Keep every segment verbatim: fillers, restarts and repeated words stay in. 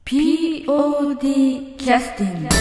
ピーオーディー キャスティング。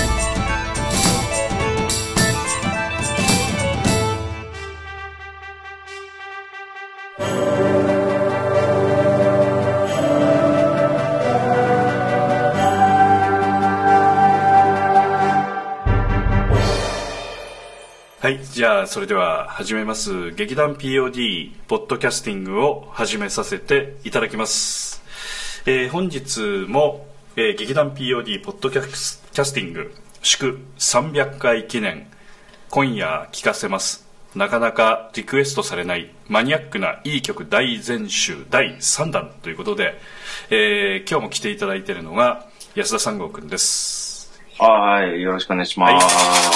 はい、じゃあそれでは始めます。劇団 ピーオーディー ポッドキャスティングを始めさせていただきます。えー、本日も、えー、劇団 ピーオーディー ポッドキャスティング祝さんびゃっかい記念、今夜聴かせますなかなかリクエストされないマニアックないい曲大全集だいさんだんということで、えー、今日も来ていただいているのが安田三郷くんです。 はい、よろしくお願いします。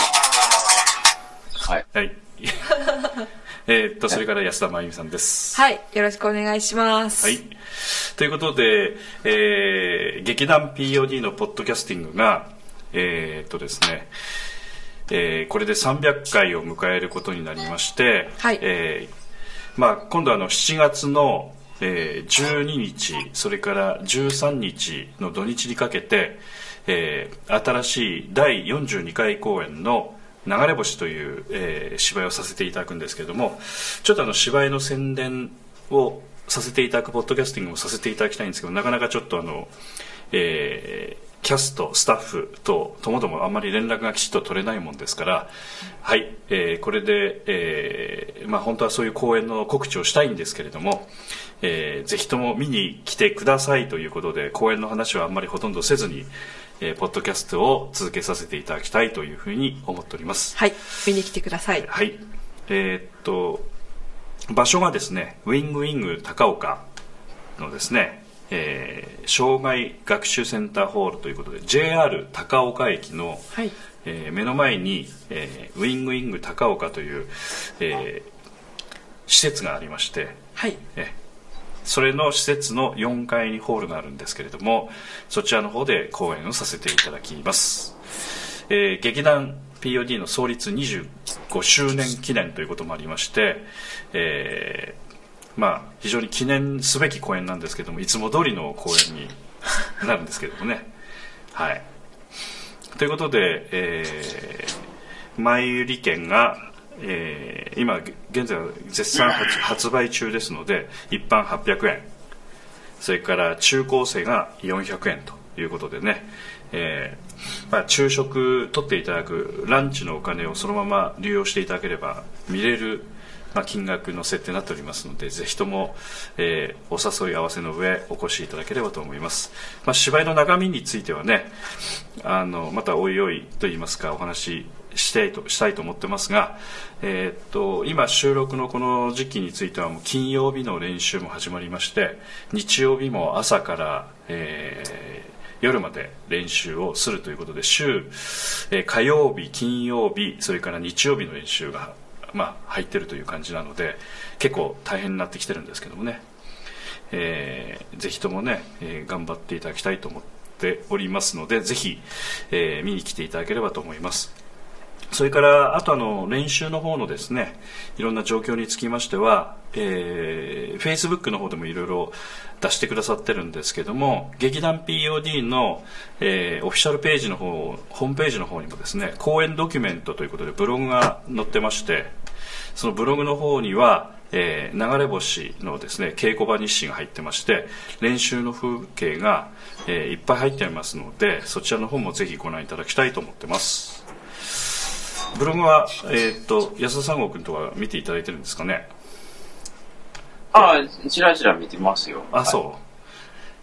はい、 はい、えっとそれから安田真由美さんです。 はい、よろしくお願いします。 はい、ということで、えー、劇団 ピーオーディー のポッドキャスティングがえー、っとですね、えー、これでさんびゃっかいを迎えることになりまして、 はい、 えーまあ、今度はあのしちがつの、えー、じゅうににちそれからじゅうさんにちの土日にかけて、えー、新しいだいよんじゅうにかい公演の流れ星という、えー、芝居をさせていただくんですけれども、ちょっとあの芝居の宣伝をさせていただくポッドキャスティングもさせていただきたいんですけど、なかなかちょっとあの、えー、キャストスタッフとともどもあんまり連絡がきちっと取れないもんですから、はい、えー、これで、えーまあ、本当はそういう公演の告知をしたいんですけれども、えー、ぜひとも見に来てくださいということで、公演の話はあんまりほとんどせずに、えー、ポッドキャストを続けさせていただきたいというふうに思っております。 はい、見に来てください。 はい、えー、っと場所がですね、ウィングウィング高岡のですね、えー、障害学習センターホールということで ジェイアール 高岡駅の、 はい、 えー、目の前に、えー、ウィングウィング高岡という、えー、施設がありまして、 はい、 えー、それの施設のよんかいにホールがあるんですけれども、そちらの方で公演をさせていただきます。えー、劇団 ピーオーディー の創立にじゅうごしゅうねん記念ということもありまして、えーまあ、非常に記念すべき公演なんですけども、いつも通りの公演になるんですけどもね。はい、ということで、えー、前売り券が、えー、今現在は絶賛発売中ですので、一般はっぴゃくえん、それから中高生がよんひゃくえんということでね、えーまあ、昼食取っていただくランチのお金をそのまま利用していただければ見れる、まあ、金額の設定になっておりますので、ぜひとも、えー、お誘い合わせの上お越しいただければと思います。まあ、芝居の中身についてはね、あのまたおいおいといいますかお話ししたいと、したいと思ってますが、えー、っと今収録のこの時期についてはもう金曜日の練習も始まりまして、日曜日も朝から、えー夜まで練習をするということで、週、えー、火曜日金曜日それから日曜日の練習が、まあ、入ってるという感じなので、結構大変になってきてるんですけどもね、えー、ぜひともね、えー、頑張っていただきたいと思っておりますので、ぜひ、えー、見に来ていただければと思います。それからあとあの練習の方のですね、いろんな状況につきましては、えー、Facebook の方でもいろいろ出してくださってるんですけども、劇団 ピーオーディー の、えー、オフィシャルページの方、ホームページの方にもですね、公演ドキュメントということでブログが載ってまして、そのブログの方には、えー、流れ星のですね稽古場日誌が入ってまして、練習の風景が、えー、いっぱい入っていますので、そちらの方もぜひご覧いただきたいと思ってます。ブログは、えー、っと安田三郷君とは見ていただいてるんですかね。 ああ、ちらちら見てますよ。 あ、そう、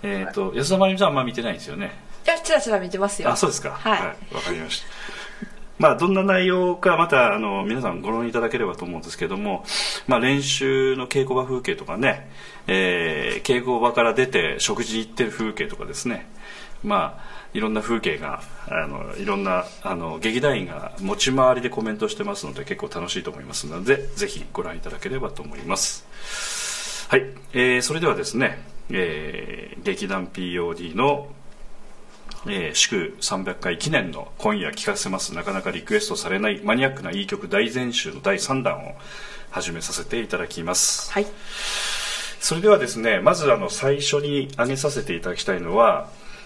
えー、っと、はい、安田真由美さんはあんま見てないんですよね。 いや、ちらちら見てますよ。 あ、そうですか。 はい、 はい、わかりました。まあ、どんな内容かまたあの皆さんご覧いただければと思うんですけども、まあ、練習の稽古場風景とかね、えー、稽古場から出て食事行ってる風景とかですね、まあいろんな風景があのいろんなあの劇団員が持ち回りでコメントしてますので、結構楽しいと思いますので、ぜひご覧いただければと思います。はい、えー、それではですね、えー、劇団 ピーオーディー のえー、祝さんびゃっかい記念の今夜聴かせますなかなかリクエストされないマニアックないい曲大全集のだいさんだんを始めさせていただきます。 はい、 それではですね、まずあの最初に挙げさせていただきたいのは、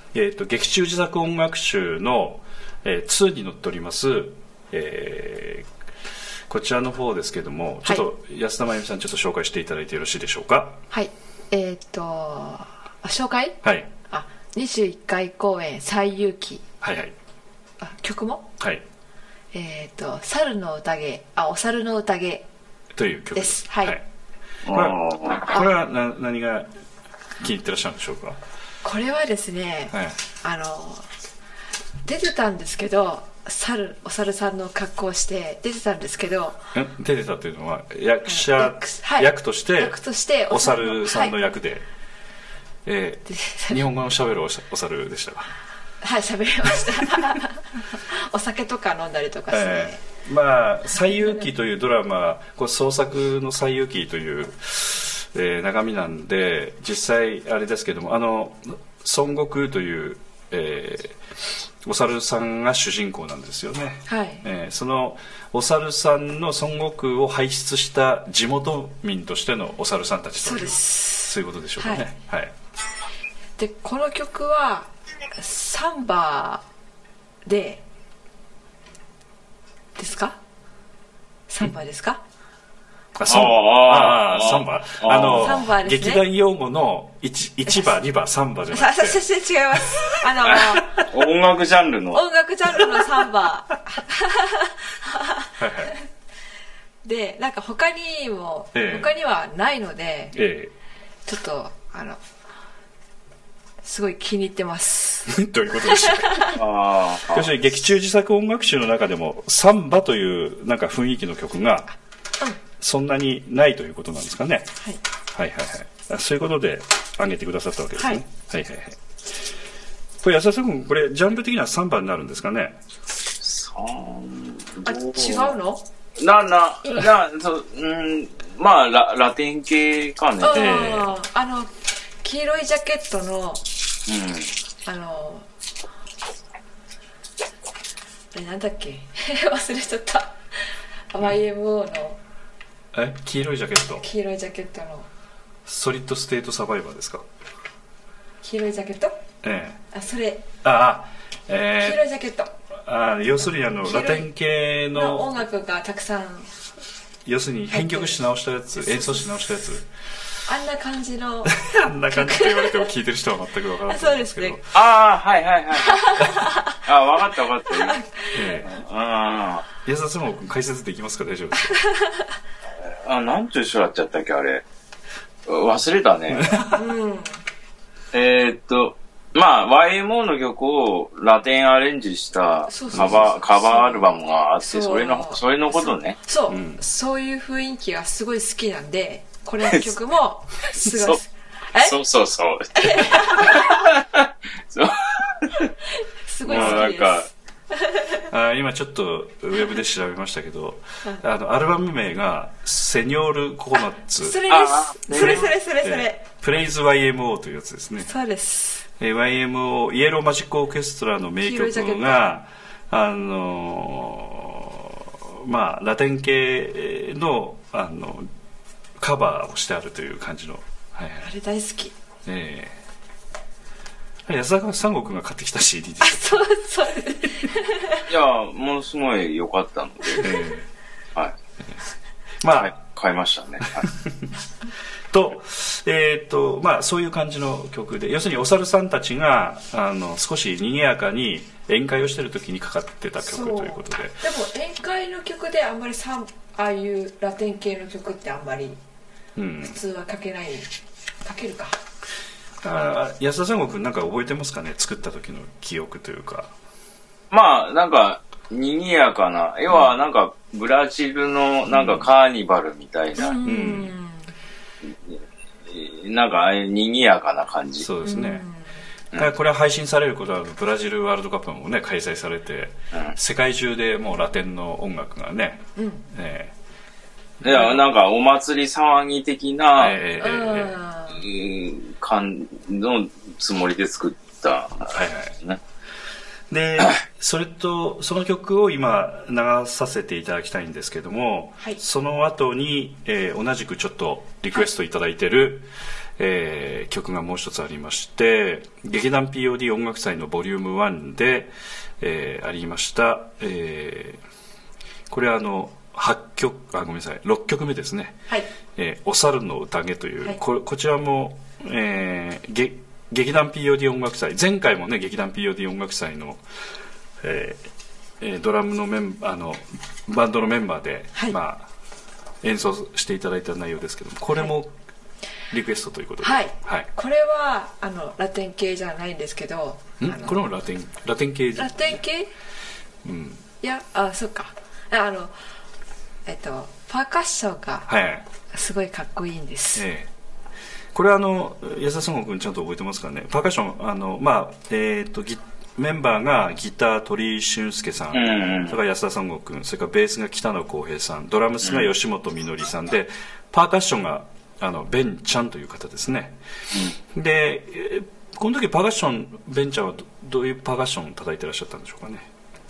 えー、と劇中自作音楽集の、えー、にに載っております、えーこちらの方ですけども、ちょっと安田真由美さんちょっと紹介していただいてよろしいでしょうか。 はい。えー、っとあ紹介？ はい。 あ、にじゅういっかい公演西遊記。 はいはい。 あ、曲も？ はい。 えー、っと猿の宴、あ、お猿の宴という曲です。はい。はい、 これはこれはな何が気に入ってらっしゃるんでしょうか。 これはですね、 はい、あの出てたんですけど。猿お猿さんの格好をして出てたんですけど、 出てたというのは役者、 はい、 役として役としてお猿さんの役で、はい、えー、日本語のしゃべるお猿でしたか。 はい、しゃべりましたお酒とか飲んだりとかして、 えー、まあ「西遊記」というドラマ、これ創作の「西遊記」という、えー、中身なんで、実際あれですけども、あの孫悟空という、えーお猿さんが主人公なんですよね、 はい、 えー、そのお猿さんの孫悟空を輩出した地元民としてのお猿さんたちという、そうです、そういうことでしょうかね、はいはい、 でこの曲はサンバでですか？サンバですか？ あ、サンバ、ああ、サンバ、あのサンバですね、 劇団用語の 1, 1番にばんサンバじゃなくてささ違います。あの音楽ジャンルの音楽ジャンルのサンバはいはい、 でなんか他にも、ええ、他にはないので、ええ、ちょっとあのすごい気に入ってますどういうことでしょうか。要するに劇中自作音楽集の中でもサンバというなんか雰囲気の曲がそんなにないということなんですかね、はい、はいはいはい、そういうことで挙げてくださったわけですね、はい、はいはいはい。これ安田さん、これジャンル的にはさんばんになるんですかね。 あ、違うの？ なななそう、うん、まあ ラ, ラテン系かね。 あ、えー、あの黄色いジャケットの、うん、あのあれなんだっけ忘れちゃった ワイエムオー のえ黄色いジャケット、 黄色いジャケットのソリッドステートサバイバーですか。 黄色いジャケット、 ええ、 あそれああ、えー、 黄色いジャケット、 あ要するにあのラテン系の音楽がたくさん、 要するに編曲し直したやつ、演奏し直したやつ、 あんな感じのあんな感じって言われても聞いてる人は全く分からないんですけどそうですね、 ああはいはいはいあ分かった分かった、ええ、あ安田さんも解説できますか。大丈夫ですかあ、なんていう人だっちゃったっけあれ、忘れたね、うん、えー、っとまあ ワイエムオー の曲をラテンアレンジしたカバーカバーアルバムがあって、それのそれのことね。 そう、うん、そういう雰囲気がすごい好きなんで、これの曲もすごいそうそうそうそうすごい好きです。 あ今ちょっとウェブで調べましたけど、あのアルバム名がセニョールココナッツ、 それです、それそれそれそれ、 プレイズ ワイエムオー というやつですね。 そうです。 ワイエムオー イエローマジックオーケストラの名曲があのまあラテン系のあのカバーをしてあるという感じの、はいはい、 あれ大好き。 ええー、安田三国が買ってきた シーディー です。そうそういやものすごい良かったので、えー、はい、 まあ、はい、 買いましたね、はいとえーとまあ、そういう感じの曲で、要するにお猿さんたちがあの少し賑やかに宴会をしている時にかかってた曲ということで、でも宴会の曲であんまりさああいうラテン系の曲ってあんまり普通は書けない、うん、書けるか。 あ安田三国なんか覚えてますかね、作った時の記憶というか。 まあなんか賑やかな、要はなんかブラジルのなんかカーニバルみたいな、うんうん、なんかああいう賑やかな感じ。 そうですね、うん、だからこれは配信されることはブラジルワールドカップもね開催されて、うん、世界中でもうラテンの音楽がね、うんえー、いやなんかお祭り騒ぎ的な、えーえー、感のつもりで作った、はいはい、 でそれとその曲を今流させていただきたいんですけども、はい、その後に、えー、同じくちょっとリクエストいただいている、 えー、曲がもう一つありまして、劇団 ピーオーディー 音楽祭のボリュームワンで、えー、ありました、えー、これはあのはちきょくあごめんなさいろっきょくめですね、 はいえー、お猿の宴という、 はい、 こ, こちらも、えー、げ劇団 ピーオーディー 音楽祭、前回もね劇団 ピーオーディー 音楽祭の、えー、ドラムのメンあのバンドのメンバーで、はい、まあ、演奏していただいた内容ですけども、これもリクエストということで、 はい、はい、これはあのラテン系じゃないんですけど、 んこれもラテンラテン系ラテン系、うん、いやあそっかあのえっとパーカッションがすごいかっこいいんです、はい、ええ、 これはあの安田孫悟君ちゃんと覚えてますかね。パーカッションあの、まあえー、とメンバーがギター鳥居俊介さん、うんうん、それから安田孫悟君、それからベースが北野浩平さん、ドラムスが吉本みのりさんで、パーカッションがあのベンちゃんという方ですね、うん、でこの時パーカッションベンちゃんは ど, どういうパーカッションを叩いてらっしゃったんでしょうかね。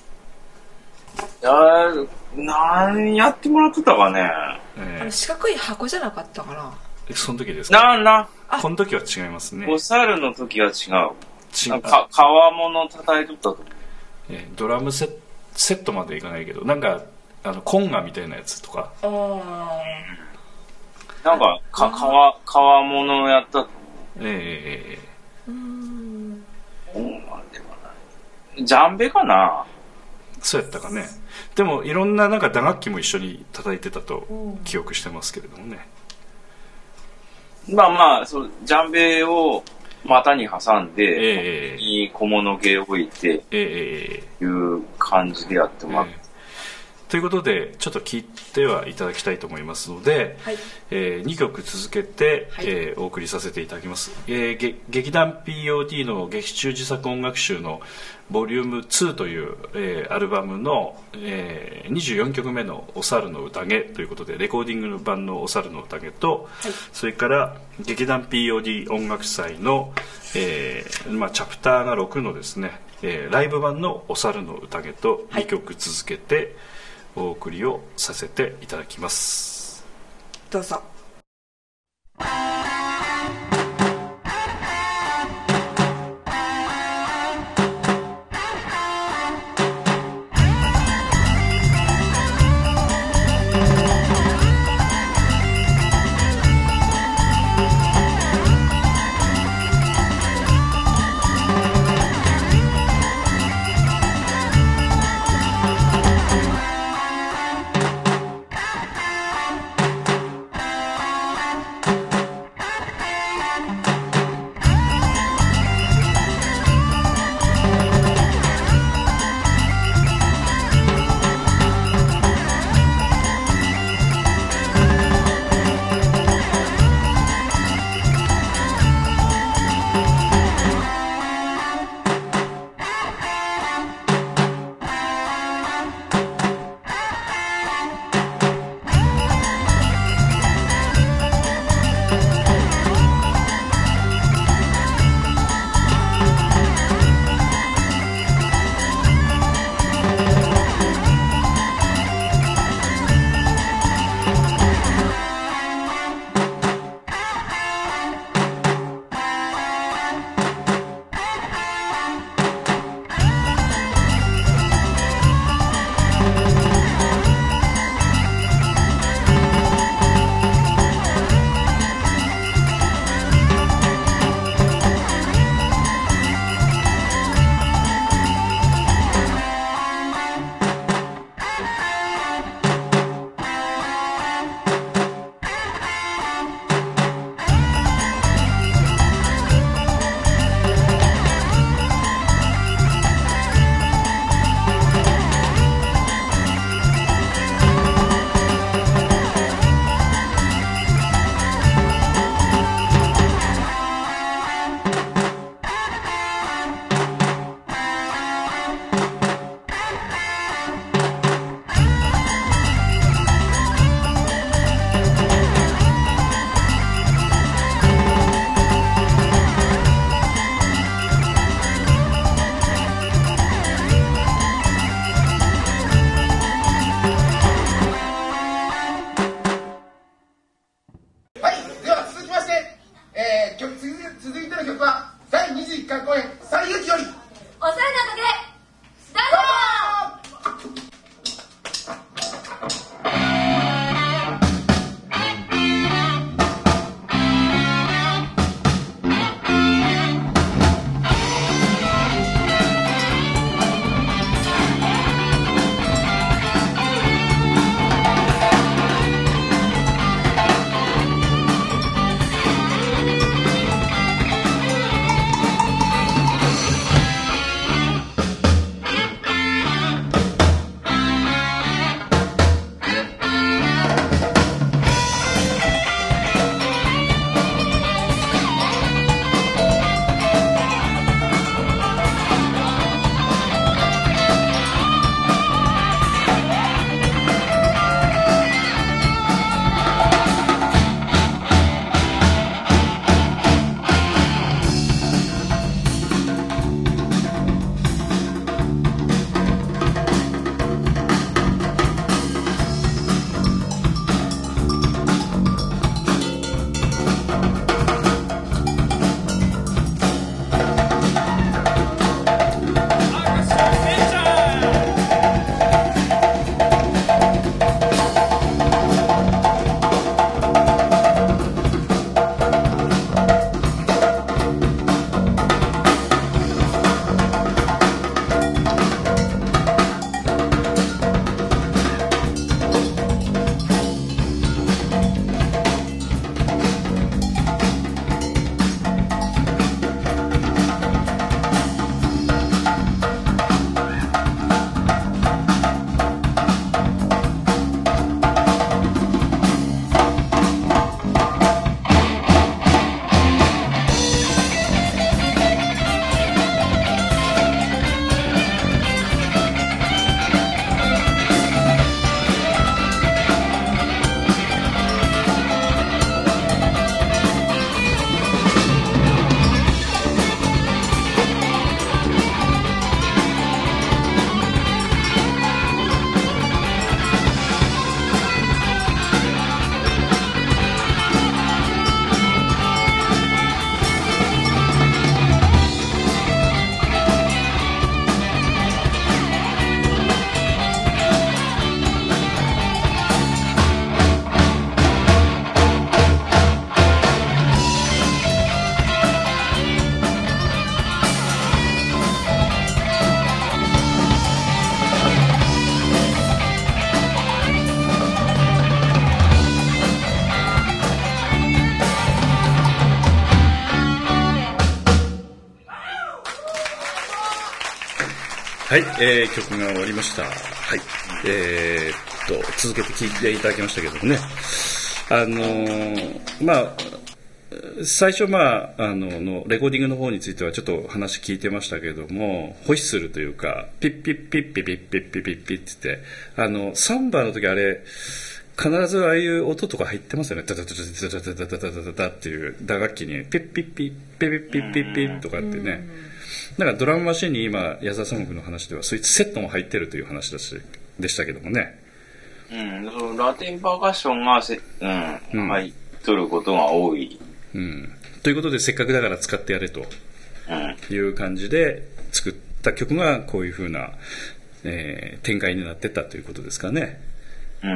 あ何やってもらってたかね、 えー、あの四角い箱じゃなかったかな。 その時ですか。 ななこの時は違いますね。 お猿の時は違う。違う。か革物叩いとったと思う、 えー、ドラムセットセットまでいかないけど、なんかあのコンガみたいなやつとか、あなんかか革革物をやったと思う。 ええー、うーん、 コンガではない。ジャンベかな。 そうやったかね。でもいろんななんか打楽器も一緒に叩いてたと記憶してますけれどもね。 まあまあそうジャンベを股に挟んで、えー、いい小物系を置いて、えー、いう感じでやってもらって、えー、ということでちょっと聞いてはいただきたいと思いますので、はい、えー、にきょく続けて、はい、えー、お送りさせていただきます、えー、劇団 ピーオーディー の劇中自作音楽集のボリュームツーという、えー、アルバムの、えー、にじゅうよんきょくめのお猿の宴ということで、レコーディング版のお猿の宴と、はい、それから劇団 ピーオーディー 音楽祭の、えーまあ、チャプターがろくのですね、えー、ライブ版のお猿の宴とにきょく続けてお送りをさせていただきます。 どうぞ。 はい、えー、曲が終わりました。はい、えー、っと続けて聴いていただきましたけどもね、あのー、まあ最初、まあ、あののレコーディングの方についてはちょっと話聞いてましたけれども、ホイッスルというかピッピッピッピッピッピッピッピッピッって言って、あのサンバの時あれ必ずああいう音とか入ってますよね。ダダダダダダダダダダダダっていう打楽器にピッピッピッピッピッピッピッとかってね、なんかドラムマシンに今矢沢三国の話ではそういうセットも入ってるという話だしでしたけどもね。 うん、そのラテンパーカッションがせ、うん、入っとることが多い。 うん、ということでせっかくだから使ってやれという感じで作った曲がこういう風な、えー、展開になってったということですかね。 うんうん、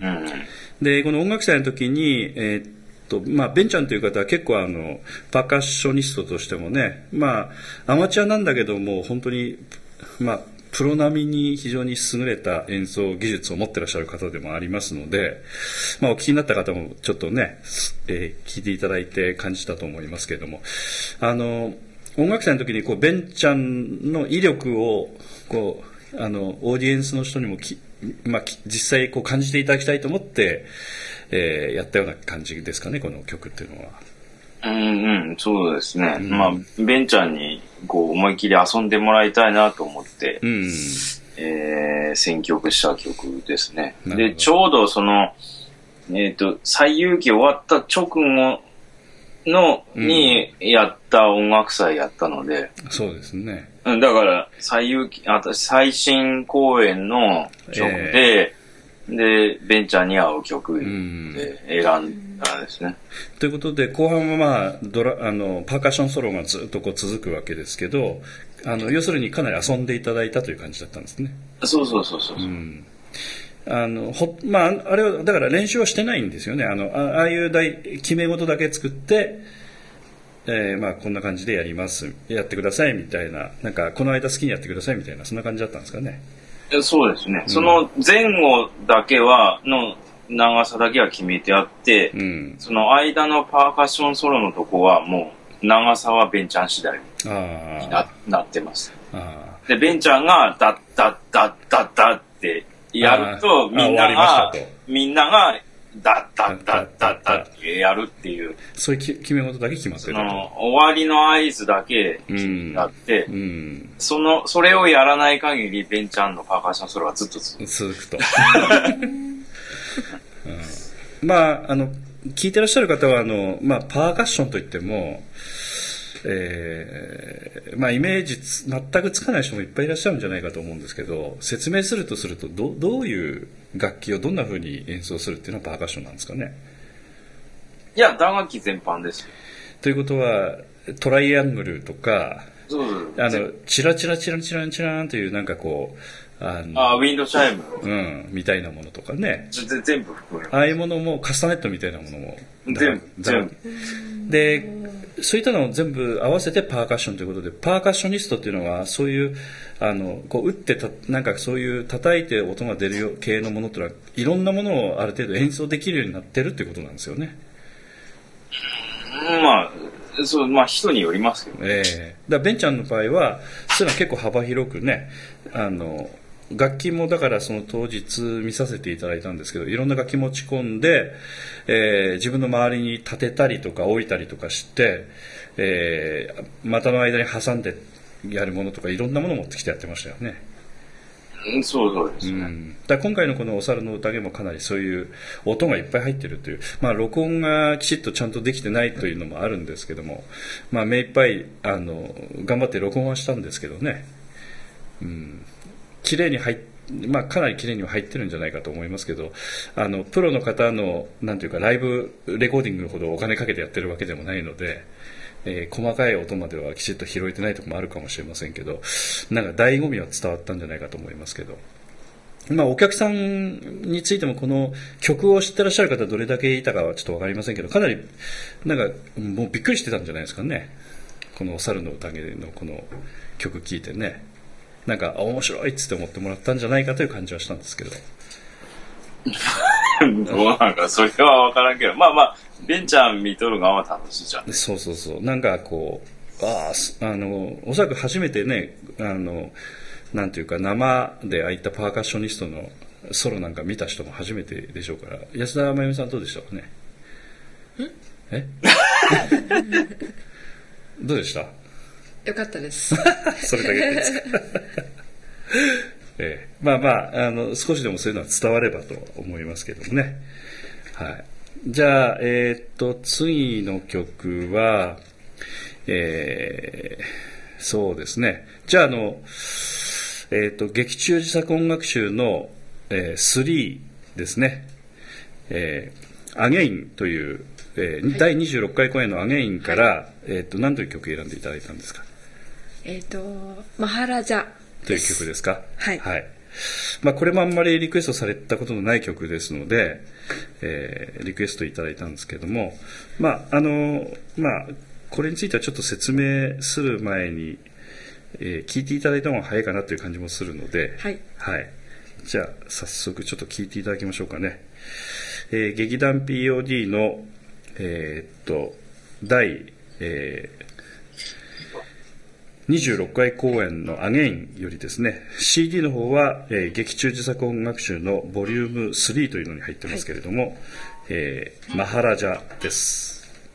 でこの音楽祭の時に、えーっとまあ、ベンちゃんという方は結構あのパーカッショニストとしてもね、まあ、アマチュアなんだけども本当に、まあ、プロ並みに非常に優れた演奏技術を持ってらっしゃる方でもありますので、まあ、お聞きになった方もちょっとね、えー、聞いていただいて感じたと思いますけれども、あの音楽祭の時にこうベンちゃんの威力をこうあのオーディエンスの人にもき、まあ、実際こう感じていただきたいと思って、えー、やったような感じですかね、この曲っていうのは。 うんうん、そうですね、うん、まあベンちゃんにこう思い切り遊んでもらいたいなと思って、うん、えー、選曲した曲ですね。でちょうどそのえっと西遊記終わった直後のにやった音楽祭やったので、 うん、そうですね。 だから西遊記あ最新公演の曲で、えー、でベンちゃんに合う曲で選んだんですね。 うん、ということで後半は、まあ、ドラあのパーカッションソロがずっとこう続くわけですけど、あの要するにかなり遊んでいただいたという感じだったんですね。 そうそうそうそう。 うんあのほまあ、あれはだから練習はしてないんですよね。あの あ, ああいう大決め事だけ作って、えーまあ、こんな感じでやりますやってくださいみたいな、なんかこの間好きにやってくださいみたいなそんな感じだったんですかね。 そうですね、うん、その前後だけはの長さだけは決めてあって、うん、その間のパーカッションソロのとこはもう長さはベンちゃん次第に な, なってます。あでベンちゃんがダッダッダッダッダッってやるとみんながみんながダッダッダッダッダッってやるっていう、 そういう決め事だけ決まってると。 その終わりの合図だけやって、うんうん、そのそれをやらない限りベンちゃんのパーカッションソロはずっと続く続くと、うんまあ、あの聞いてらっしゃる方はあの、まあ、パーカッションといっても、えーまあ、イメージ全くつかない人もいっぱいいらっしゃるんじゃないかと思うんですけど、説明するとすると ど, どういう楽器をどんな風に演奏するっていうのはパーカッションなんですかね。 いや打楽器全般ですよ。 ということはトライアングルとか、 そうそうあのチラチラチラチラチランというなんかこうあのあウィンドチャイム、 うん、みたいなものとかね、 全部含めああいうものもカスタネットみたいなものも全部全部でそういったのを全部合わせてパーカッションということで、パーカッショニストっていうのはそういうあのこう打ってたなんかそういう叩いて音が出る系のものっていうのはいろんなものをある程度演奏できるようになってるっていうことなんですよね。 まあそうまあ人によりますけどね。 ええー、だベンちゃんの場合はそういうのは結構幅広くね、あの楽器もだからその当日見させていただいたんですけど、いろんな楽器持ち込んで、えー、自分の周りに立てたりとか置いたりとかして、えー、股の間に挟んでやるものとかいろんなものを持ってきてやってましたよね。 うん、そうそうですね。うん、 だから今回のこのお猿の宴もかなりそういう音がいっぱい入ってるという、まあ録音がきちっとちゃんとできてないというのもあるんですけども、まあ目いっぱいあの頑張って録音はしたんですけどね。うん。綺麗に入っまあ、かなり綺麗には入ってるんじゃないかと思いますけど、あのプロの方のなんていうかライブレコーディングほどお金かけてやってるわけでもないので、えー、細かい音まではきちっと拾えてないところもあるかもしれませんけど、なんか醍醐味は伝わったんじゃないかと思いますけど、まあ、お客さんについてもこの曲を知ってらっしゃる方どれだけいたかはちょっと分かりませんけど、かなりなんかもうびっくりしてたんじゃないですかね、このお猿の宴のこの曲聴いてね。なんか面白いっつって思ってもらったんじゃないかという感じはしたんですけどどうなんかそれは分からんけど、まあまあベンちゃん見とる側は楽しいじゃん。 そうそうそう、なんかこうああのおそらく初めてねあのなんていうか生でああいったパーカッショニストのソロなんか見た人も初めてでしょうから、安田真由美さんどうでしたかね。えどうでした。 よかったですそれだけですかええ、まあまあ、あの少しでもそういうのは伝わればと思いますけどもね。はい、じゃあ、えー、っと次の曲は、えー、そうですね、じゃあ、あの、えー、っと劇中自作音楽集の、えー、スリーですね、えー、アゲインという、えーはい、だいにじゅうろっかい公演のアゲインから、はい、えー、っと何という曲を選んでいただいたんですか。 えー、っとマハラジャという曲ですか。 はい、はい、 まあ、これもあんまりリクエストされたことのない曲ですので、えー、リクエストいただいたんですけども、まああのまあ、これについてはちょっと説明する前に、えー、聞いていただいた方が早いかなという感じもするので、 はいはい、じゃあ早速ちょっと聞いていただきましょうかね。えー、劇団 ピーオーディー の、えー、っと第、えーにじゅうろっかい公演のアゲインよりですね、 シーディー の方は、えー、劇中自作音楽集のボリュームスリーというのに入ってますけれども、はい、えー、マハラジャです。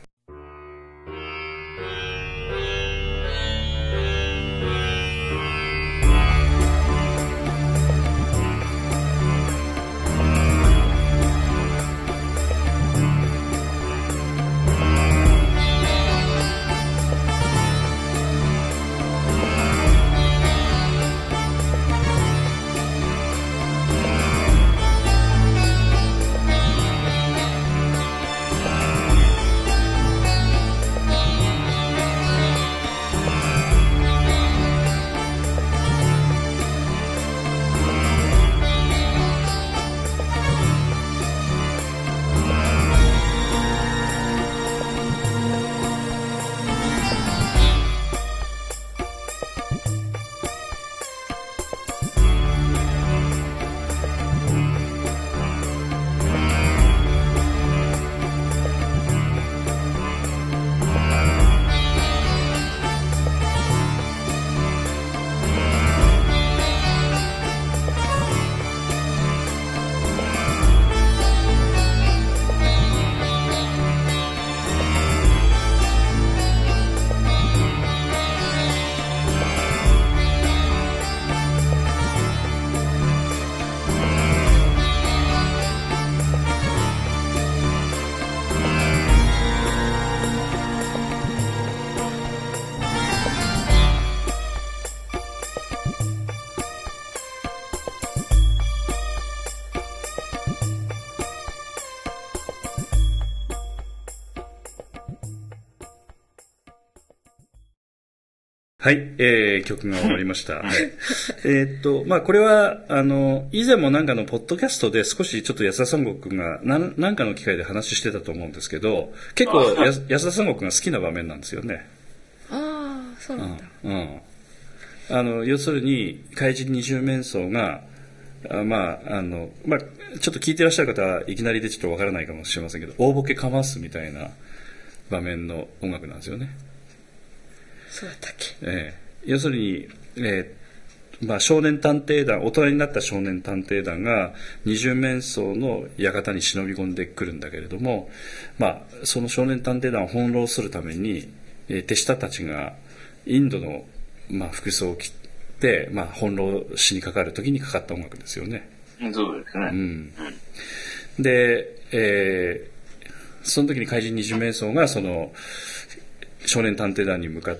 はい、えー、曲が終わりました。はい、えーっと、まあ、これは、あの、以前もなんかのポッドキャストで少しちょっと安田三国が何、何かの機会で話してたと思うんですけど、結構安田三国が好きな場面なんですよね。 ああ、そうなんだ。 うん。うん、あの、要するに、怪人二十面相が、あまあ、あの、まあ、ちょっと聞いてらっしゃる方はいきなりでちょっとわからないかもしれませんけど、大ボケかますみたいな場面の音楽なんですよね。 そうだったっけ。 えー、要するに、えーまあ、少年探偵団、大人になった少年探偵団が二十面相の館に忍び込んでくるんだけれども、まあ、その少年探偵団を翻弄するために、えー、手下たちがインドの、まあ、服装を着て、まあ、翻弄しにかかる時にかかった音楽ですよね。 そうですね。 うん、で、えー、その時に怪人二十面相がその少年探偵団に向かって、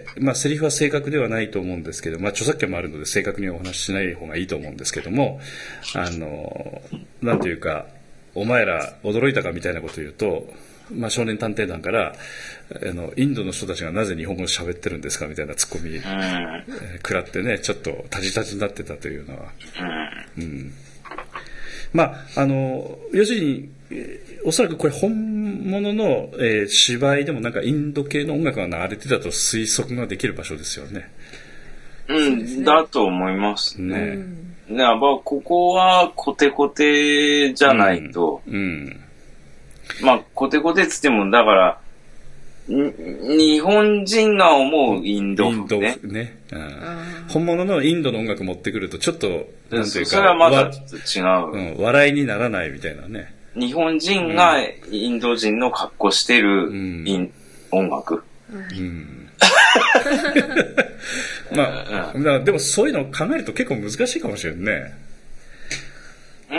まあ、セリフは正確ではないと思うんですけど、まあ、著作権もあるので正確にはお話ししない方がいいと思うんですけども、あのなんていうか、お前ら驚いたかみたいなことを言うと、まあ、少年探偵団からあのインドの人たちがなぜ日本語を喋ってるんですかみたいなツッコミ、えー、食らってね、ちょっとタジタジになってたというのは、うん、まあ、あの要するにおそらくこれ本物の、えー、芝居でもなんかインド系の音楽が流れてたと推測ができる場所ですよね。 うん、だと思いますね。うん、まあ、ここはコテコテじゃないと、うんうん、まあコテコテっつってもだから日本人が思うインド風ね。 インドね、うん。本物のインドの音楽持ってくるとちょっと、なんていうか。 それはまたちょっと違う、 うん。笑いにならないみたいなね。 日本人がインド人の格好してるイン、うん、音楽。うんまあ、うん、でもそういうのを考えると結構難しいかもしれんね。 うん。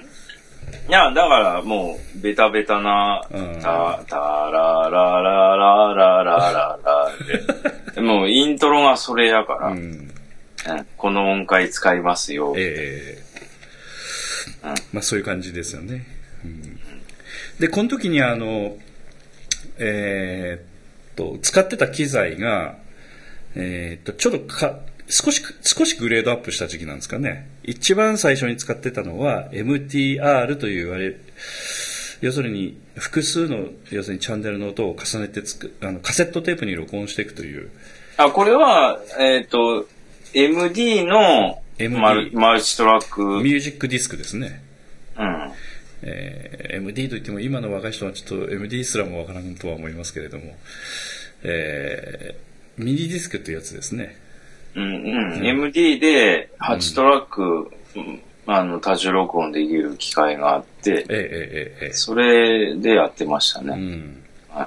いや、だからもう、ベタベタな、うん、タ、タララララララララで、もうイントロがそれやから、うん、この音階使いますよ。ええーうん、まあそういう感じですよね。うん、で、この時にあの、えー、っと、使ってた機材が、えー、っと、ちょっとか、少し、少しグレードアップした時期なんですかね。一番最初に使ってたのは エムティーアール と言われる、要するに複数の、要するにチャンネルの音を重ねてつく、あの、カセットテープに録音していくという。 あ、これは、えっと、エムディー のマル、マルチトラック。 ミュージックディスクですね。 うん。 えー、エムディー といっても今の若い人はちょっと エムディー すらもわからんとは思いますけれども、えー、ミニディスクというやつですね。 うんうん。エムディー ではちトラック、うん、あの、多重録音できる機械があって、ええええええ、それでやってましたね。うんはい、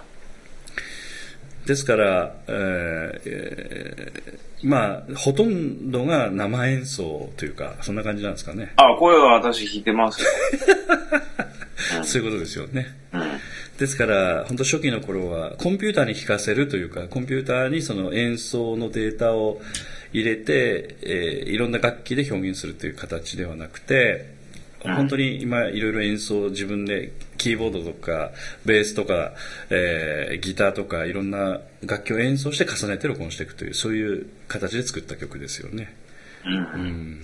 ですから、えーえー、まあ、ほとんどが生演奏というか、そんな感じなんですかね。 あ、これは私弾いてますよ。 うん、そういうことですよね。 うんですから、本当初期の頃はコンピューターに弾かせるというか、コンピューターにその演奏のデータを入れて、えー、いろんな楽器で表現するという形ではなくて、本当に今いろいろ演奏を自分でキーボードとかベースとか、えー、ギターとかいろんな楽器を演奏して重ねて録音していくという、そういう形で作った曲ですよね。 うんうん、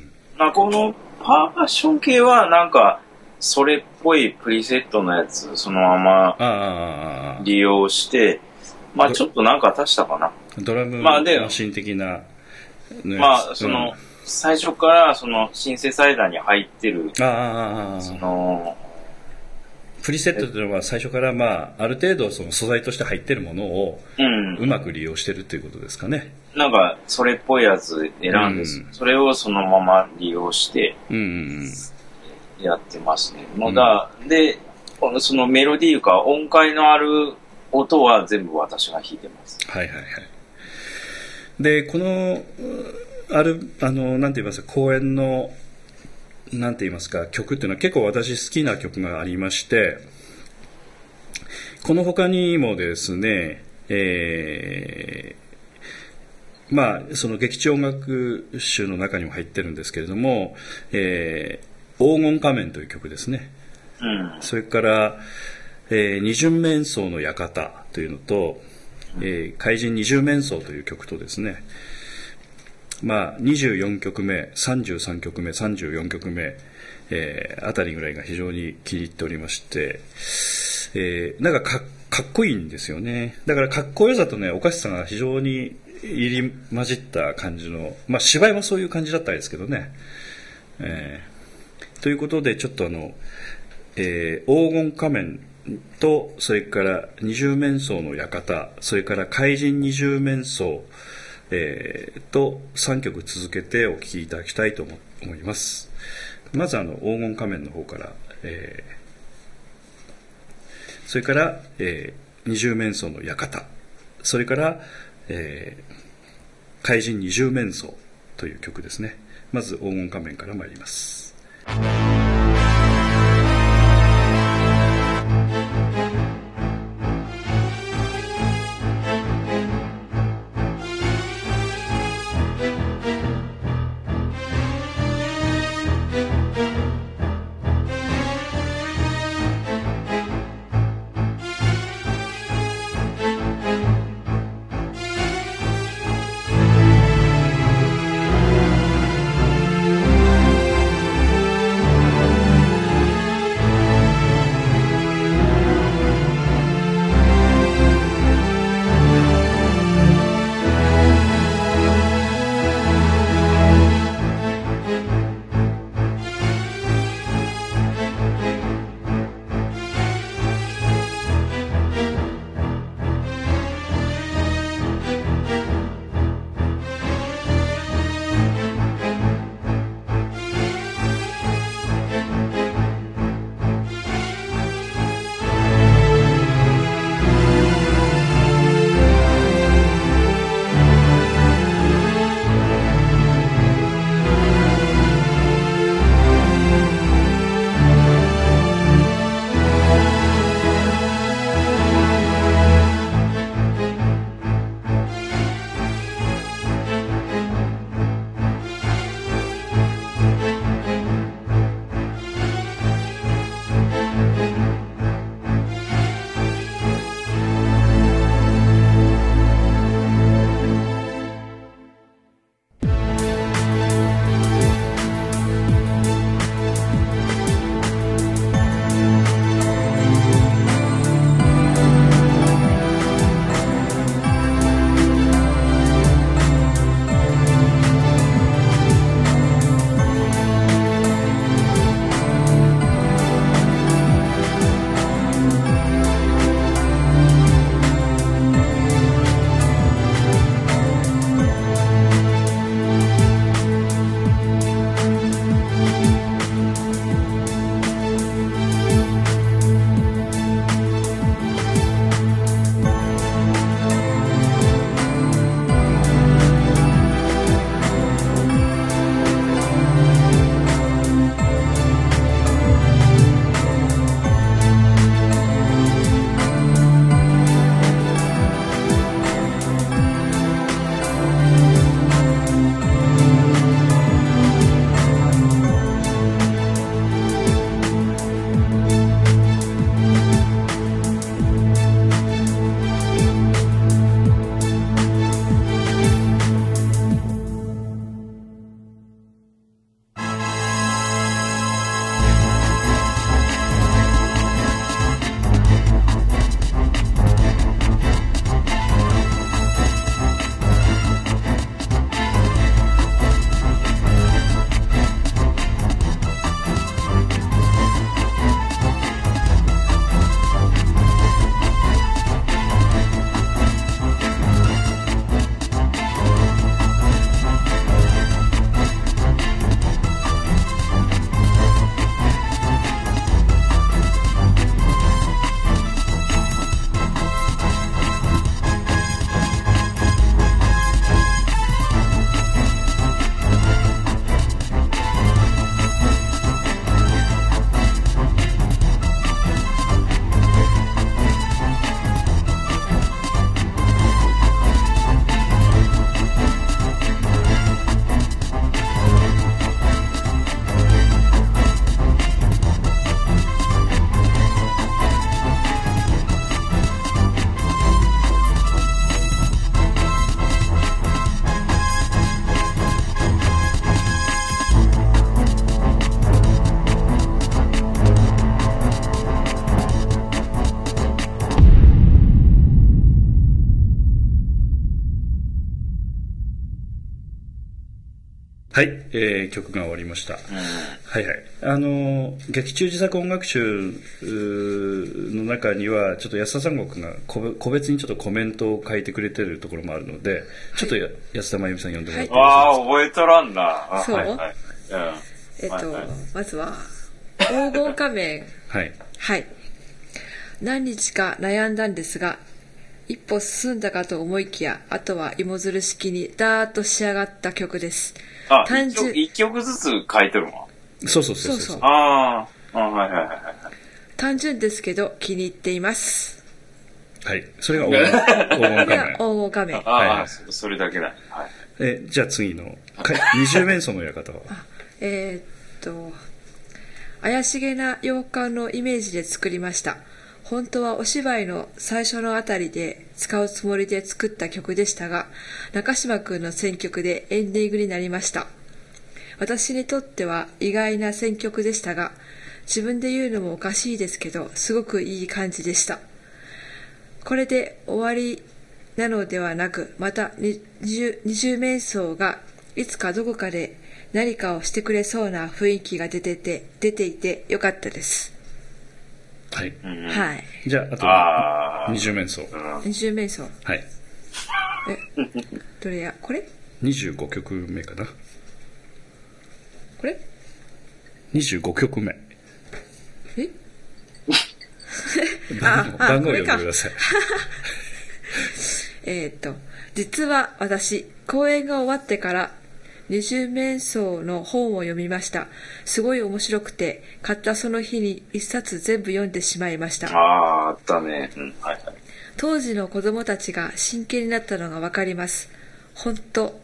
まあ、このパーカッション系はなんかそれっぽいプリセットのやつそのまま利用して、まあちょっとなんか足したかな。 ドラムマシン的な、 ね、まあその、うん、最初からそのシンセサイダーに入ってる、 あそのプリセットというのは最初からまあある程度その素材として入ってるものをうまく利用してるということですかね。 うん、なんかそれっぽいやつ選んで、うん、それをそのまま利用して、 うんうんやってますね。もうだ、うん、で、そのメロディーか音階のある音は全部私が弾いてます。 はいはいはい。で、この、ある、あの、なんて言いますか、公演の、なんて言いますか、曲っていうのは結構私好きな曲がありまして、この他にもですね、えー、まあ、その劇中音楽集の中にも入ってるんですけれども、えー黄金仮面という曲ですね、 うん、 それから、えー、二巡面相の館というのと、えー、怪人二巡面相という曲とですね、まあ、にじゅうよんきょくめさんじゅうさんきょくめさんじゅうよんきょくめ、えー、あたりぐらいが非常に気に入っておりまして、えー、なんか か, かっこいいんですよね。だからかっこよさとねおかしさが非常に入り混じった感じの、まあ、芝居もそういう感じだったですけどね、えーということでちょっとあの、えー、黄金仮面とそれから二十面相の館、それから怪人二十面相、えー、とさんきょく続けてお聴きいただきたいと思います。まずあの黄金仮面の方から、えー、それから、えー、二十面相の館、それから、えー、怪人二十面相という曲ですね。まず黄金仮面から参ります。 はい、えー、曲が終わりました、うん、はいはい。あの劇中自作音楽集の中にはちょっと安田三国が個別にちょっとコメントを書いてくれてるところもあるので、ちょっと安田真由美さん読んでもらっていいですか。 ああ、覚えとらんな。 そう、 はいはい、うん、 えっと、はいはい、まずは黄金仮面はいはい。何日か悩んだんですが、一歩進んだかと思いきや、あとは芋づる式にダーッと仕上がった曲です。 あ、単純一曲ずつ書いてるの？ そうそうそうそう。 ああ、はいはいはいはい。 単純ですけど気に入っています。 はい。それが黄金仮面。 黄金仮面。 ああ、はいはい、それだけだ。はい。 え、じゃあ次の二十面相の館は。 えー、っと怪しげな洋館のイメージで作りました。本当はお芝居の最初のあたりで使うつもりで作った曲でしたが、中島くんの選曲でエンディングになりました。私にとっては意外な選曲でしたが、自分で言うのもおかしいですけど、すごくいい感じでした。これで終わりなのではなく、また二十面相がいつかどこかで何かをしてくれそうな雰囲気が出てて出ていてよかったです。 はい、 はい。 じゃああと二十面相。 二十面相。 はい。 え、どれやこれ？ 二十五曲目かな。 これ？ 二十五曲目。 え？ 番号番号読んでください。 えっと実は私公演が終わってから二十面相の本を読みました。すごい面白くて、買ったその日に一冊全部読んでしまいました。 ああ、あったね。うん、はいはい。 当時の子供たちが真剣になったのがわかります。本当。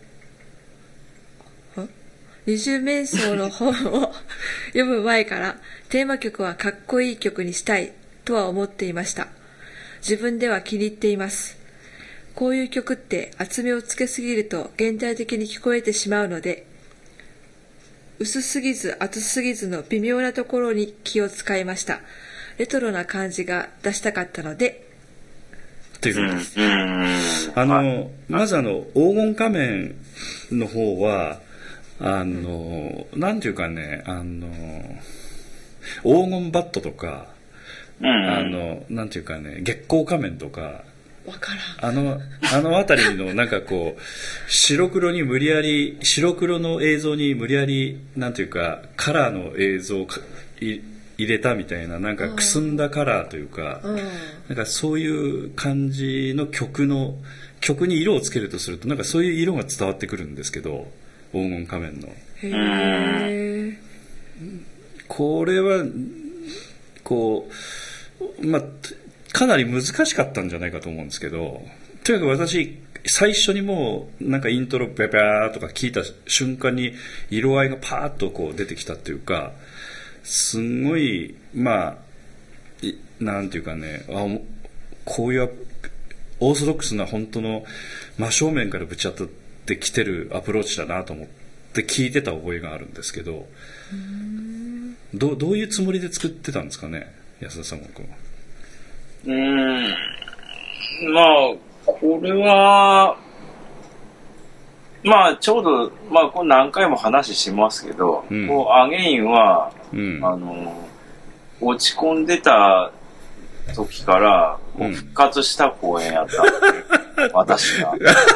二十面相の本を読む前からテーマ曲はかっこいい曲にしたいとは思っていました。自分では気に入っています。こういう曲って厚みをつけすぎると現代的に聞こえてしまうので、薄すぎず厚すぎずの微妙なところに気を使いました。レトロな感じが出したかったのでということです。あのまずあの黄金仮面の方はあのなんていうかね、あの黄金バットとか、あのなんていうかね、月光仮面とか。 わからん。 あのあのあたりのなんかこう白黒に無理やり白黒の映像に無理やりなんていうかカラーの映像を入れたみたいな、なんかくすんだカラーというか、うん、なんかそういう感じの曲の曲に色をつけるとするとなんかそういう色が伝わってくるんですけど、黄金仮面の。へー。これはこうまあかなり難しかったんじゃないかと思うんですけど、とにかく私最初にもうなんかイントロペペーとか聞いた瞬間に色合いがパーッとこう出てきたっていうか、すごいまあなんていうかね、あこういうオーソドックスな本当の真正面からぶち当たってきてるアプローチだなと思って聞いてた覚えがあるんですけど、うーん ど, どういうつもりで作ってたんですかね、安田さんは。 うーん、まあこれはまあちょうどまあこれ何回も話しますけど、うん、こうアゲインは、うん、あの落ち込んでた時からこう復活した公演やったっていう、うん、私が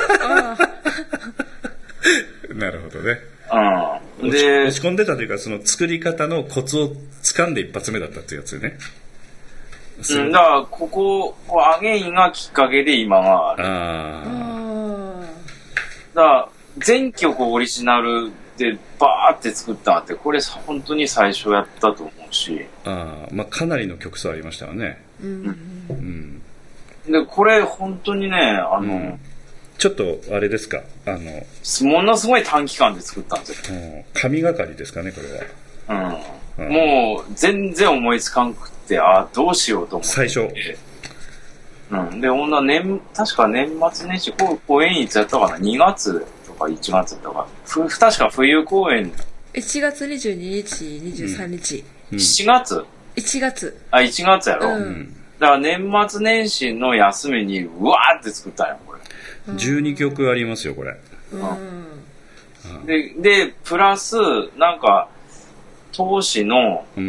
なるほどね。 うん、で落ち込んでたというか、その作り方のコツを掴んで一発目だったってやつよね。 うん、だからここアゲインがきっかけで今がある。 あだから全曲オリジナルでバーって作ったんってこれ本当に最初やったと思うし、 あ、まあ、かなりの曲数ありましたよね。うん、 うん、でこれ本当にね、あの、うん、 ちょっとあれですか、あのものすごい短期間で作ったんですよ。 うん、神がかりですかねこれは。 うん、うん、もう全然思いつかんくて、あどうしようと思って最初。 うん、でほんな年確か年末年始公演いつやったかな、にがつとかいちがつとか、ふ確か冬公演いちがつにじゅうににちにじゅうさんにち、 うん、しちがついちがつあいちがつやろ、 うん、 だから年末年始の休みにうわーって作ったんやこれ。 じゅうにきょくありますよこれ。 うん、 うん、で、で、プラス、なんか、当時の、うん、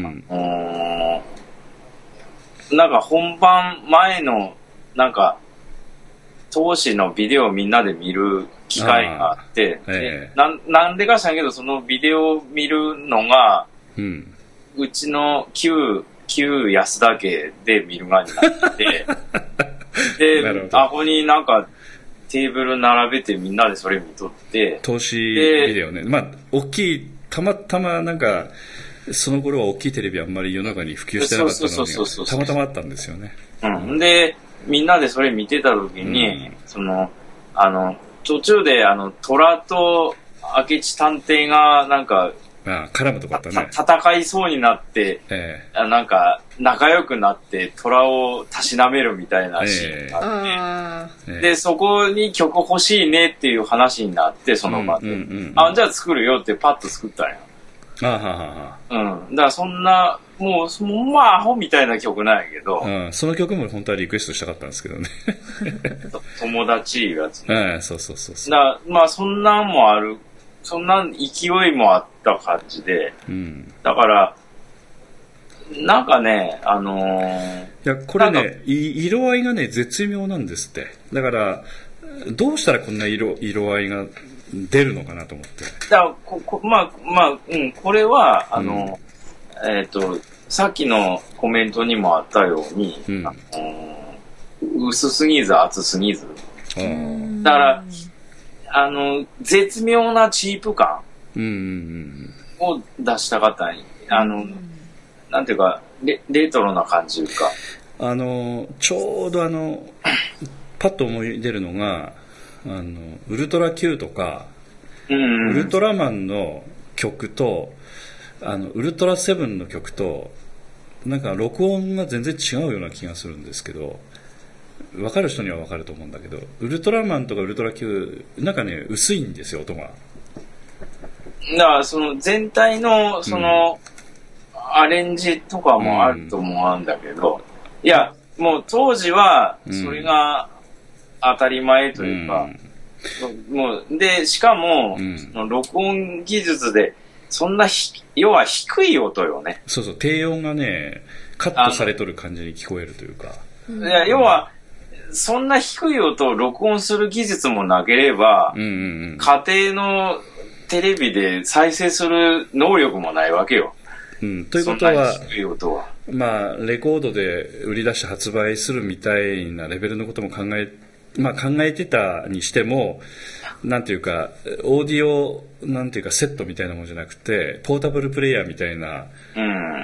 なんか本番前の、なんか、当時のビデオをみんなで見る機会があって、えー、な, なんでか知らんけど、そのビデオを見るのが、うん、うちの旧、旧安田家で見る側になってで、あこになんかテーブル並べてみんなでそれ見とって、 投資ビデオね。まあ、大きい、たまたまなんか、その頃は大きいテレビあんまり世の中に普及してなかったのに、たまたまあったんですよね。 うん。で、みんなでそれ見てた時に、うん、その、あの、途中で、あの、虎と明智探偵が、なんか、 ああ絡むとこあったね。 戦いそうになって、えー、なんか、仲良くなって、虎をたしなめるみたいなシーンがあって、えー、で、そこに曲欲しいねっていう話になって、その場で。うんうんうんうん、あ、じゃあ作るよってパッと作ったんや。あはははうん。だからそんな、もう、まあ、アホみたいな曲なんやけど。 うん、その曲も本当はリクエストしたかったんですけどね。 友達やつ、 ね。うん、そうそうそうそう。 だまあ、そんなんもある、そんな勢いもあった感じで。うん。だから、なんかね、あのー、 いや、これね、色合いがね、絶妙なんですって。だから、どうしたらこんな色、色合いが、出るのかなと思って。 だからここまあまあうんこれはあの、うん、えっ、ー、とさっきのコメントにもあったように、うん、あの薄すぎず厚すぎず。だからあの絶妙なチープ感を出したかったに、あのなんていうか レ, レトロな感じか。 あのちょうどあのパッと思い出るのが。あのウルトラ Q とか、うんうん、ウルトラマンの曲とあのウルトラセブンの曲となんか録音が全然違うような気がするんですけど、分かる人には分かると思うんだけど、ウルトラマンとかウルトラ Q なんかね薄いんですよ音が。だからその全体のその、うん、アレンジとかもあると思うんだけど、うん、いやもう当時はそれが、うん当たり前というか、うん、もうでしかも、うん、その録音技術でそんなひ要は低い音よね。 そうそう低音がねカットされとる感じに聞こえるというか。 いや要はそんな低い音を録音する技術もなければ、うんうんうん、家庭のテレビで再生する能力もないわけよ。 うん、ということは、低い音はまあレコードで売り出して発売するみたいなレベルのことも考えまあ、考えてたにしてもなんていうかオーディオなんていうかセットみたいなものじゃなくてポータブルプレイヤーみたいな、うん、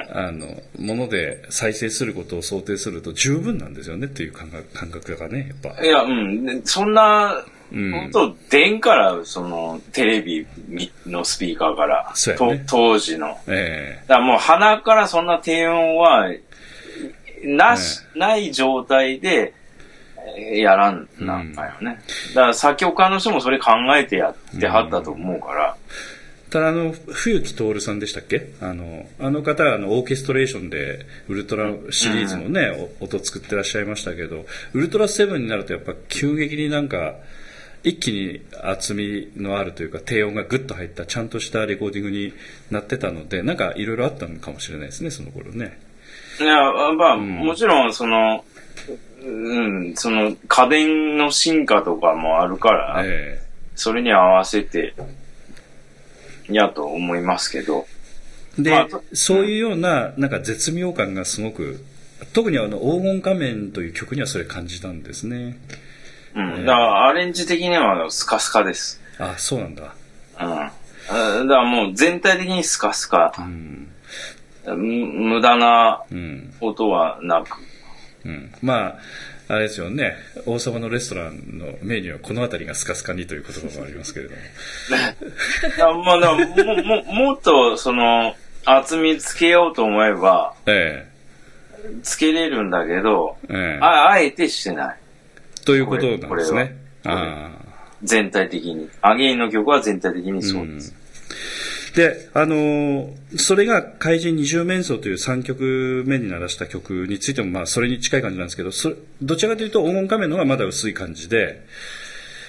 あのもので再生することを想定すると十分なんですよねっていう感覚、感覚がねやっぱ。 いやうんそんな、うん、本当出んからそのテレビのスピーカーから、ね、当時の、えー、だからもう鼻からそんな低音はなし、えー、ない状態でやらんなんかよね、うん、だから作曲家の人もそれ考えてやってはったと思うから、 うん、ただあの冬木徹さんでしたっけ、あのあの方はあのオーケストレーションでウルトラシリーズのね、うん、音作ってらっしゃいましたけど、ウルトラセブンになるとやっぱ急激になんか一気に厚みのあるというか低音がグッと入ったちゃんとしたレコーディングになってたのでなんかいろいろあったのかもしれないですねその頃ね。 いやまあ、うん、もちろんそのうん、その家電の進化とかもあるから、えー、それに合わせてやと思いますけどで、まあ、そういうようななんか絶妙感がすごく特にあの黄金仮面という曲にはそれ感じたんですね。 うん、えー、だからアレンジ的にはスカスカです。 あ、そうなんだ。 うん、だからもう全体的にスカスカ、うん、無駄な音はなく、 うん、まああれですよね、王様のレストランのメニューはこの辺りがスカスカにという言葉もありますけれどもまあ、もももっとその厚みつけようと思えば、ええ、つけれるんだけど、ええ、あ, あえてしてないということなんですね。あ全体的にアゲインの曲は全体的にそうです、 うん、であのー、それが怪人二十面相というさんきょくめに鳴らした曲についてもまあそれに近い感じなんですけど、そどちらかというと黄金仮面の方がまだ薄い感じで、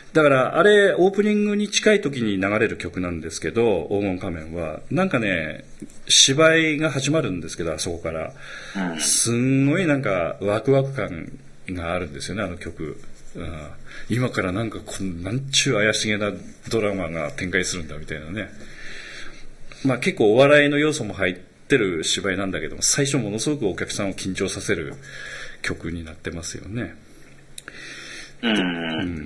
だからあれオープニングに近い時に流れる曲なんですけど、黄金仮面はなんかね芝居が始まるんですけど、あそこからすんごいなんかワクワク感があるんですよね、あの曲。うん、今からなんかこんなんちゅう怪しげなドラマが展開するんだみたいなね。まあ結構お笑いの要素も入ってる芝居なんだけども、最初ものすごくお客さんを緊張させる曲になってますよね。うん、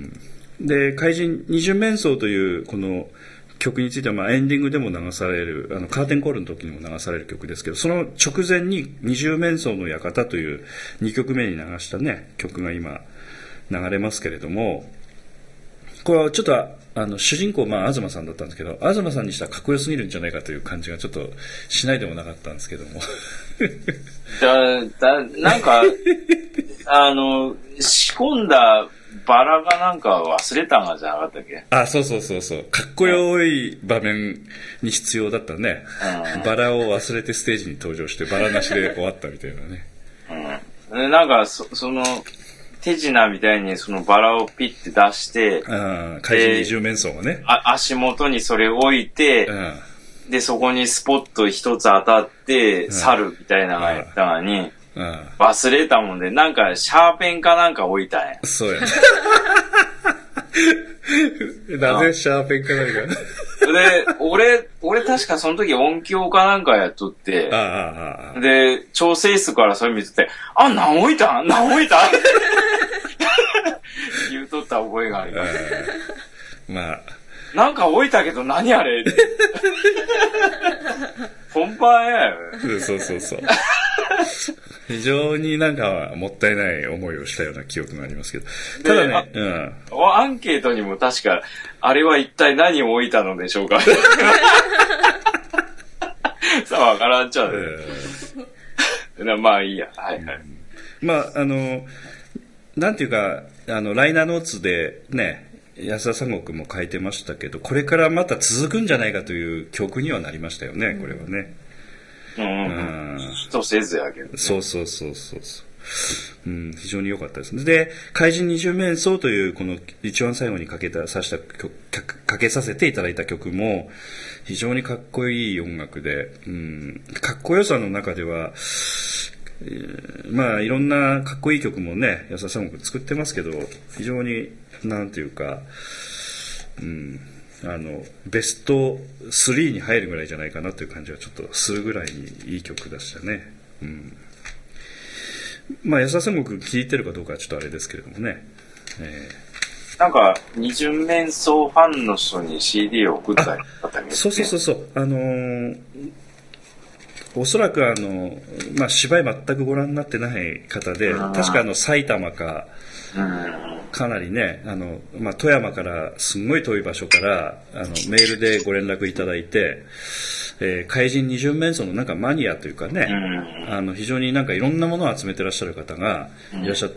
で怪人二重面相というこの曲については、まあエンディングでも流される、あのカーテンコールの時にも流される曲ですけど、その直前に二重面相の館というにきょくめに流したね曲が今流れますけれども、これはちょっとあの主人公、まあ、東さんだったんですけど、東さんにしたらかっこよすぎるんじゃないかという感じがちょっとしないでもなかったんですけどもだだなんかあの仕込んだバラがなんか忘れたんじゃなかったっけ。 あ、そうそうそうそう、かっこよい場面に必要だったね、うん、バラを忘れてステージに登場してバラなしで終わったみたいなね、 うん、なんか そ, その手品みたいにそのバラをピッて出して、 あ怪人二重面相がね、 あ足元にそれを置いて、うん、でそこにスポット一つ当たって去るみたいなのがやったのに、うん、忘れたもんで、なんかシャーペンかなんか置いたんや。 そうやなぜシャーペンかなんかで俺俺確かその時音響かなんかやっとって、ああああで調整室からそれ見てて、あ、何置いたん何置いたん言うとった覚えがあります。 まあなんか置いたけど何あれ本番やよ。 そうそうそう非常になんかもったいない思いをしたような記憶がありますけど、ただね、うん、 アンケートにも確かあれは一体何を置いたのでしょうかさあ分からんちゃう、えー、まあいいや、はいはい、 うん、まああのなんていうかあのライナーノーツでね安田三国も書いてましたけど、これからまた続くんじゃないかという曲にはなりましたよね、これはね。 うん、人せずやけど、ね、 そうそうそうそうそう、うん、非常に良かったですね。で怪人二重面相というこの一番最後にかけたさしたかけさせていただいた曲も非常にかっこいい音楽で、うん、かっこよさの中では、えー、まあいろんなかっこいい曲もね安田三国作ってますけど、非常になんていうか、うん、あのベストスリーに入るぐらいじゃないかなという感じはちょっとするぐらいにいい曲でしたね。うん、まあ安田三国聴いてるかどうかはちょっとあれですけれどもね、えー、なんか二重面相ファンの人に シーディー を送ったりだったり、ね、 そうそうそうそう、あのー、おそらくあの、まあ、芝居全くご覧になってない方で、確かあの埼玉かかなりね、あの、まあ、富山からすんごい遠い場所からあのメールでご連絡いただいて、えー、怪人二重面相のなんかマニアというかね、あの非常になんかいろんなものを集めてらっしゃる方がいらっしゃって、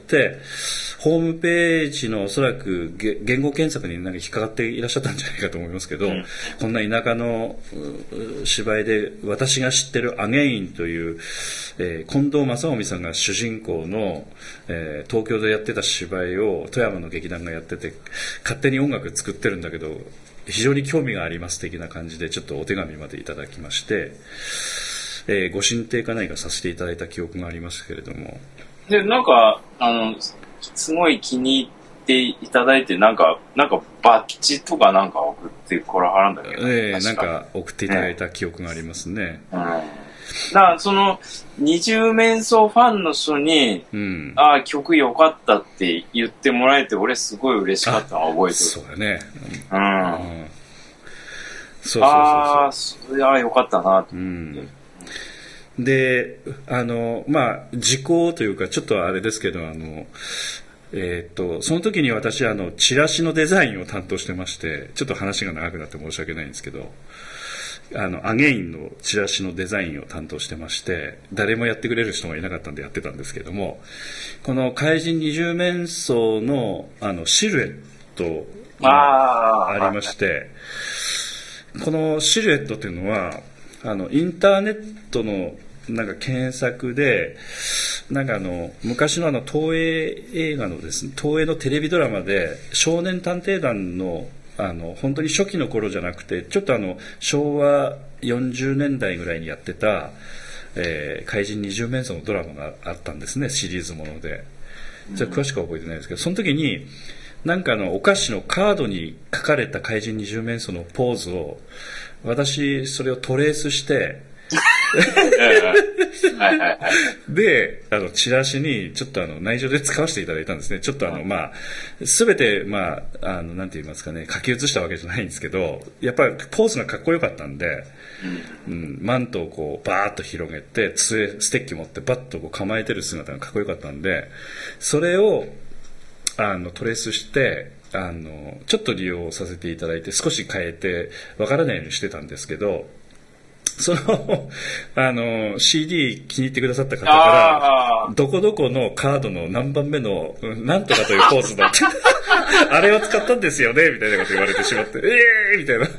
ホームページのおそらく言語検索になんか引っかかっていらっしゃったんじゃないかと思いますけど、こんな田舎の芝居で私が知ってるアゲインという、えー、近藤正臣さんが主人公の、えー、東京でやってた芝居を富山の劇団がやってて勝手に音楽作ってるんだけど非常に興味があります的な感じでちょっとお手紙までいただきまして、えー、ご進呈か何かさせていただいた記憶がありますけれども、 でなんかあのすごい気に入っていただいて、なんかなんかバッジとかなんか送ってこらはるんだけど、 えー、なんか送っていただいた記憶がありますね。ね、うん、 だからその二重面相ファンの人に、うん、ああ曲良かったって言ってもらえて俺すごい嬉しかったの覚えてる。 そうだね。 うん。うん、そうそうそうそう。ああ、それは良かったなって、うん。 で、あのまあ時効というかちょっとあれですけど、あのえー、っとその時に私あのチラシのデザインを担当してまして、ちょっと話が長くなって申し訳ないんですけど。あのアゲインのチラシのデザインを担当してまして、誰もやってくれる人がいなかったんでやってたんですけども、この怪人二重面相 の, あのシルエットがありまして、このシルエットっていうのはあのインターネットのなんか検索でなんかあの昔のあの東映映画のですね、東映のテレビドラマで少年探偵団のあの本当に初期の頃じゃなくて、ちょっとあの昭和よんじゅうねんだいぐらいにやってた、えー、怪人二十面相のドラマがあったんですね、シリーズもので。ちょっと詳しくは覚えてないですけど、その時になんかあのお菓子のカードに書かれた怪人二十面相のポーズを、私それをトレースしてで、あのチラシにちょっとあの内情で使わせていただいたんですね。ちょっとあの、まあ、全て、まあ、あのなんて言いますかね、書き写したわけじゃないんですけど、やっぱりポーズがかっこよかったんで、うん、マントをこうバーッと広げて、杖ステッキ持ってバッとこう構えてる姿がかっこよかったんで、それをあのトレースしてあのちょっと利用させていただいて、少し変えてわからないようにしてたんですけど、そのあの シーディー 気に入ってくださった方からどこどこのカードの何番目のなんとかというポーズだってあれを使ったんですよねみたいなこと言われてしまって、えーみたいな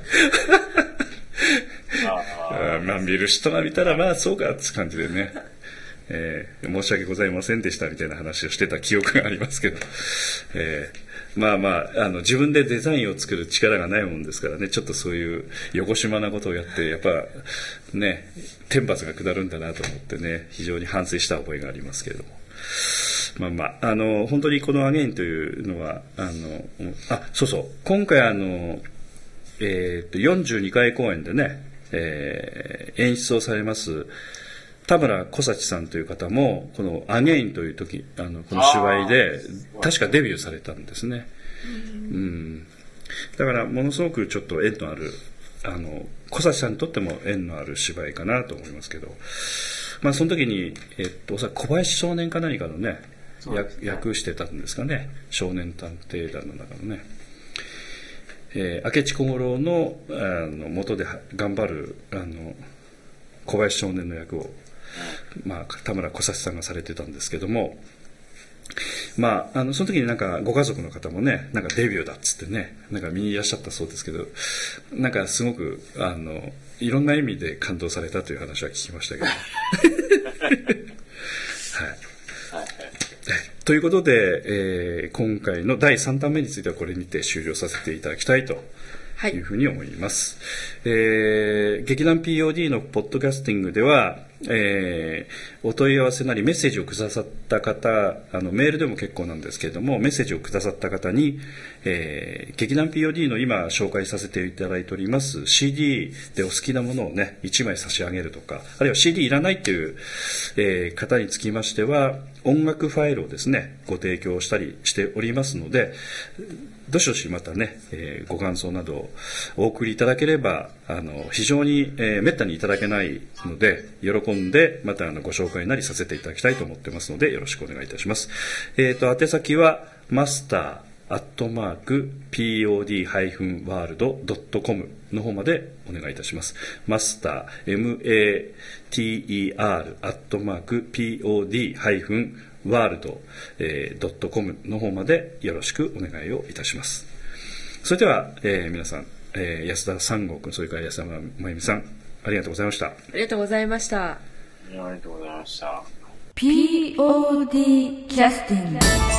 あ、まあ、見る人が見たらまあそうかって感じでね、えー、申し訳ございませんでしたみたいな話をしてた記憶がありますけど、えーまあまあ、あの自分でデザインを作る力がないもんですからね、ちょっとそういう横島なことをやってやっぱね天罰が下るんだなと思ってね、非常に反省した覚えがありますけれども、まあまあ、あの本当にこのアゲインというのはあのあそうそう今回あの、えー、とよんじゅうにかい公演でね、えー、演出をされます田村小幸さんという方もこのアゲインという時あのこの芝居で確かデビューされたんですね。うん、だからものすごくちょっと縁のあるあの小幸さんにとっても縁のある芝居かなと思いますけど、まあその時に、えっと、おそらく小林少年か何かのね、ね役してたんですかね、少年探偵団の中のね、えー、明智小五郎のあの元で頑張るあの小林少年の役をまあ、田村小幸さんがされてたんですけども、まあ、あのその時になんかご家族の方もね、なんかデビューだっつってね、なんか見にいらっしゃったそうですけど、なんかすごくあのいろんな意味で感動されたという話は聞きましたけど、はい、ということで、えー、今回のだいさん弾目についてはこれにて終了させていただきたいというふうに思います。はい、えー、劇団 ピーオーディー のポッドキャスティングでは、えー、お問い合わせなりメッセージをくださった方、あのメールでも結構なんですけれども、メッセージをくださった方に、えー、劇団 ピーオーディー の今紹介させていただいております シーディー でお好きなものをねいちまい差し上げるとか、あるいは シーディー いらないという、えー、方につきましては音楽ファイルをですねご提供したりしておりますので、どしどしまたね、えー、ご感想などをお送りいただければあの非常に、えー、めったにいただけないので喜んでまたあのご紹介なりさせていただきたいと思ってますのでよろしくお願いいたします。えーと、宛先はマスターアットマーク ピーオーディー ワールド ドットコム の方までお願いいたします。マスター エム エー ティー イー アール アットマーク ピーオーディー ワールド ドットコム の方までよろしくお願いをいたします。それでは、えー、皆さん、えー、安田三郷君、それから安田真由美さん、ありがとうございました。 ありがとうございました。 ありがとうございました。 ピーオーディー キャスティング